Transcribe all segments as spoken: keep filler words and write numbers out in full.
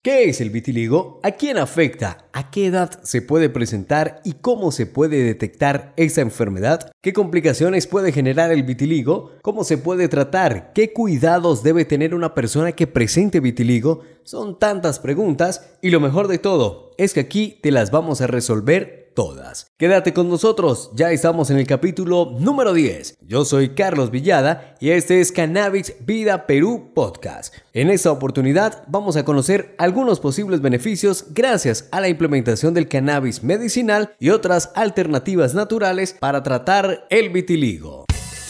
¿Qué es el vitiligo? ¿A quién afecta? ¿A qué edad se puede presentar y cómo se puede detectar esta enfermedad? ¿Qué complicaciones puede generar el vitiligo? ¿Cómo se puede tratar? ¿Qué cuidados debe tener una persona que presente vitiligo? Son tantas preguntas y lo mejor de todo es que aquí te las vamos a resolver todas. Quédate con nosotros, ya estamos en el capítulo número diez. Yo soy Carlos Villada y este es Cannabis Vida Perú Podcast. En esta oportunidad vamos a conocer algunos posibles beneficios gracias a la implementación del cannabis medicinal y otras alternativas naturales para tratar el vitiligo.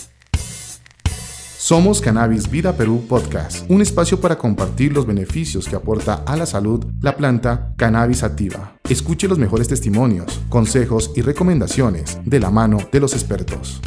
Somos Cannabis Vida Perú Podcast, un espacio para compartir los beneficios que aporta a la salud la planta Cannabis sativa. Escuche los mejores testimonios, consejos y recomendaciones de la mano de los expertos.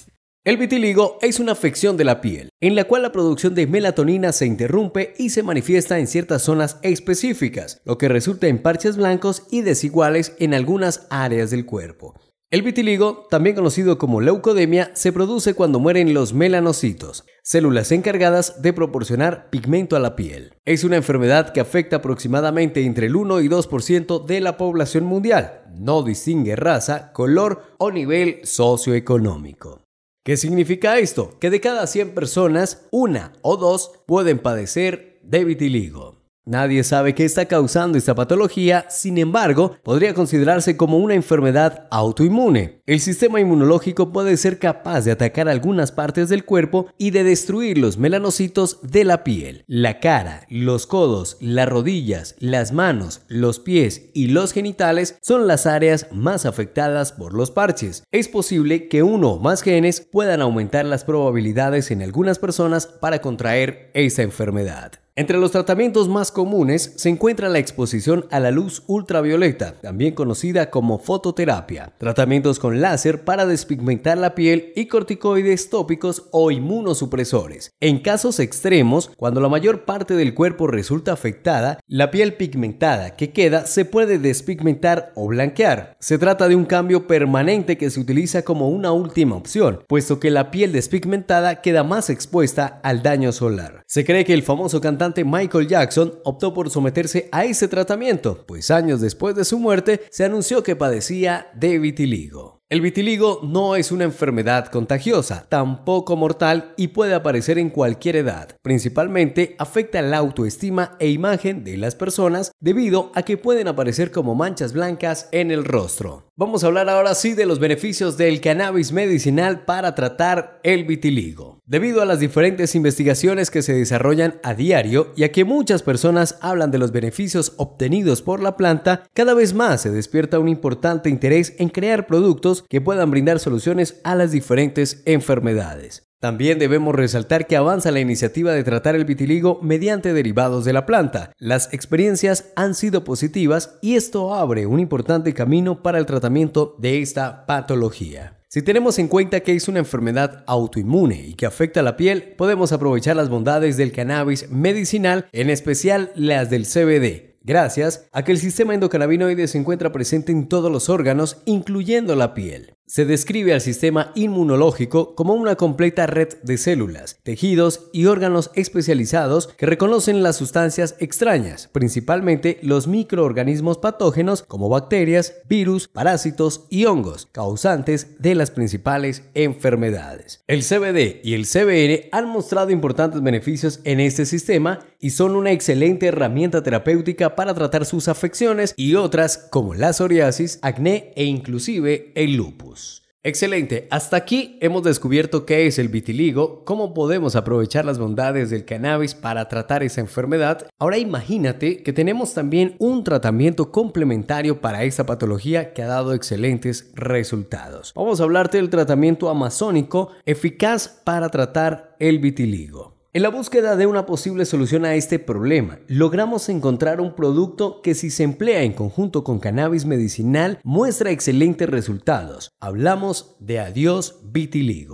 El vitiligo es una afección de la piel, en la cual la producción de melatonina se interrumpe y se manifiesta en ciertas zonas específicas, lo que resulta en parches blancos y desiguales en algunas áreas del cuerpo. El vitiligo, también conocido como leucodemia, se produce cuando mueren los melanocitos, células encargadas de proporcionar pigmento a la piel. Es una enfermedad que afecta aproximadamente entre el uno y dos por ciento de la población mundial. No distingue raza, color o nivel socioeconómico. ¿Qué significa esto? Que de cada cien personas, una o dos pueden padecer de vitiligo. Nadie sabe qué está causando esta patología, sin embargo, podría considerarse como una enfermedad autoinmune. El sistema inmunológico puede ser capaz de atacar algunas partes del cuerpo y de destruir los melanocitos de la piel. La cara, los codos, las rodillas, las manos, los pies y los genitales son las áreas más afectadas por los parches. Es posible que uno o más genes puedan aumentar las probabilidades en algunas personas para contraer esta enfermedad. Entre los tratamientos más comunes se encuentra la exposición a la luz ultravioleta, también conocida como fototerapia, tratamientos con láser para despigmentar la piel y corticoides tópicos o inmunosupresores. En casos extremos, cuando la mayor parte del cuerpo resulta afectada, la piel pigmentada que queda se puede despigmentar o blanquear. Se trata de un cambio permanente que se utiliza como una última opción, puesto que la piel despigmentada queda más expuesta al daño solar. Se cree que el famoso cantante Michael Jackson optó por someterse a ese tratamiento, pues años después de su muerte se anunció que padecía de vitiligo. El vitiligo no es una enfermedad contagiosa, tampoco mortal y puede aparecer en cualquier edad. Principalmente afecta la autoestima e imagen de las personas debido a que pueden aparecer como manchas blancas en el rostro. Vamos a hablar ahora sí de los beneficios del cannabis medicinal para tratar el vitiligo. Debido a las diferentes investigaciones que se desarrollan a diario y a que muchas personas hablan de los beneficios obtenidos por la planta, cada vez más se despierta un importante interés en crear productos que puedan brindar soluciones a las diferentes enfermedades. También debemos resaltar que avanza la iniciativa de tratar el vitiligo mediante derivados de la planta. Las experiencias han sido positivas y esto abre un importante camino para el tratamiento de esta patología. Si tenemos en cuenta que es una enfermedad autoinmune y que afecta a la piel, podemos aprovechar las bondades del cannabis medicinal, en especial las del C B D. Gracias a que el sistema endocannabinoide se encuentra presente en todos los órganos, incluyendo la piel. Se describe al sistema inmunológico como una completa red de células, tejidos y órganos especializados que reconocen las sustancias extrañas, principalmente los microorganismos patógenos como bacterias, virus, parásitos y hongos, causantes de las principales enfermedades. El C B D y el C B N han mostrado importantes beneficios en este sistema y son una excelente herramienta terapéutica para tratar sus afecciones y otras como la psoriasis, acné e inclusive el lupus. Excelente, hasta aquí hemos descubierto qué es el vitiligo, cómo podemos aprovechar las bondades del cannabis para tratar esa enfermedad. Ahora imagínate que tenemos también un tratamiento complementario para esta patología que ha dado excelentes resultados. Vamos a hablarte del tratamiento amazónico eficaz para tratar el vitiligo. En la búsqueda de una posible solución a este problema, logramos encontrar un producto que, si se emplea en conjunto con cannabis medicinal, muestra excelentes resultados. Hablamos de Adiós Vitiligo.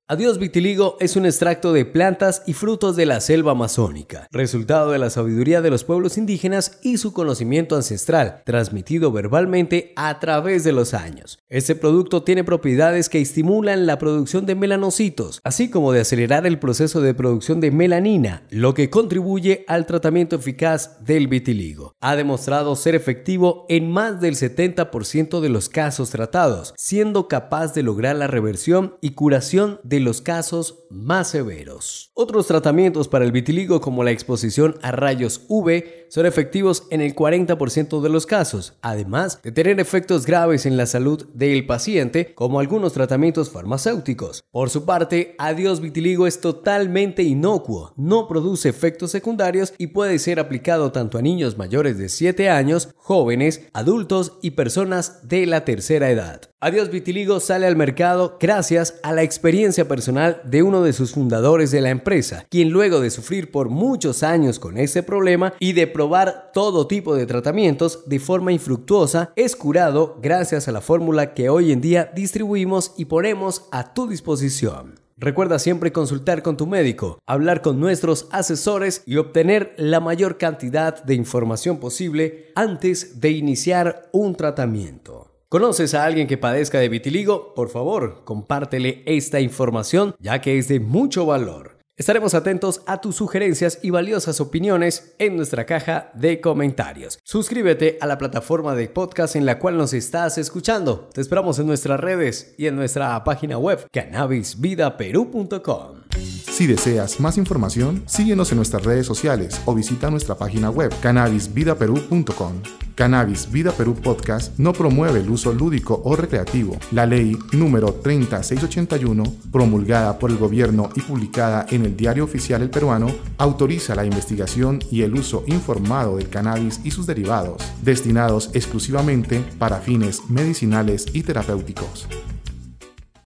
Adiós vitiligo es un extracto de plantas y frutos de la selva amazónica, resultado de la sabiduría de los pueblos indígenas y su conocimiento ancestral, transmitido verbalmente a través de los años. Este producto tiene propiedades que estimulan la producción de melanocitos, así como de acelerar el proceso de producción de melanina, lo que contribuye al tratamiento eficaz del vitiligo. Ha demostrado ser efectivo en más del setenta por ciento de los casos tratados, siendo capaz de lograr la reversión y curación de de los casos más severos. Otros tratamientos para el vitiligo, como la exposición a rayos U V, son efectivos en el cuarenta por ciento de los casos, además de tener efectos graves en la salud del paciente, como algunos tratamientos farmacéuticos. Por su parte, Adiós vitiligo es totalmente inocuo, no produce efectos secundarios y puede ser aplicado tanto a niños mayores de siete años, jóvenes, adultos y personas de la tercera edad. Adiós vitiligo sale al mercado gracias a la experiencia personal de uno de sus fundadores de la empresa, quien luego de sufrir por muchos años con este problema y de probar todo tipo de tratamientos de forma infructuosa, es curado gracias a la fórmula que hoy en día distribuimos y ponemos a tu disposición. Recuerda siempre consultar con tu médico, hablar con nuestros asesores y obtener la mayor cantidad de información posible antes de iniciar un tratamiento. ¿Conoces a alguien que padezca de vitiligo? Por favor, compártele esta información, ya que es de mucho valor. Estaremos atentos a tus sugerencias y valiosas opiniones en nuestra caja de comentarios. Suscríbete a la plataforma de podcast en la cual nos estás escuchando. Te esperamos en nuestras redes y en nuestra página web cannabis vida perú punto com. Si deseas más información, síguenos en nuestras redes sociales o visita nuestra página web cannabis vida perú punto com. Cannabis Vida Perú Podcast no promueve el uso lúdico o recreativo. La ley número treinta mil seiscientos ochenta y uno, promulgada por el gobierno y publicada en el Diario Oficial El Peruano, autoriza la investigación y el uso informado del cannabis y sus derivados, destinados exclusivamente para fines medicinales y terapéuticos.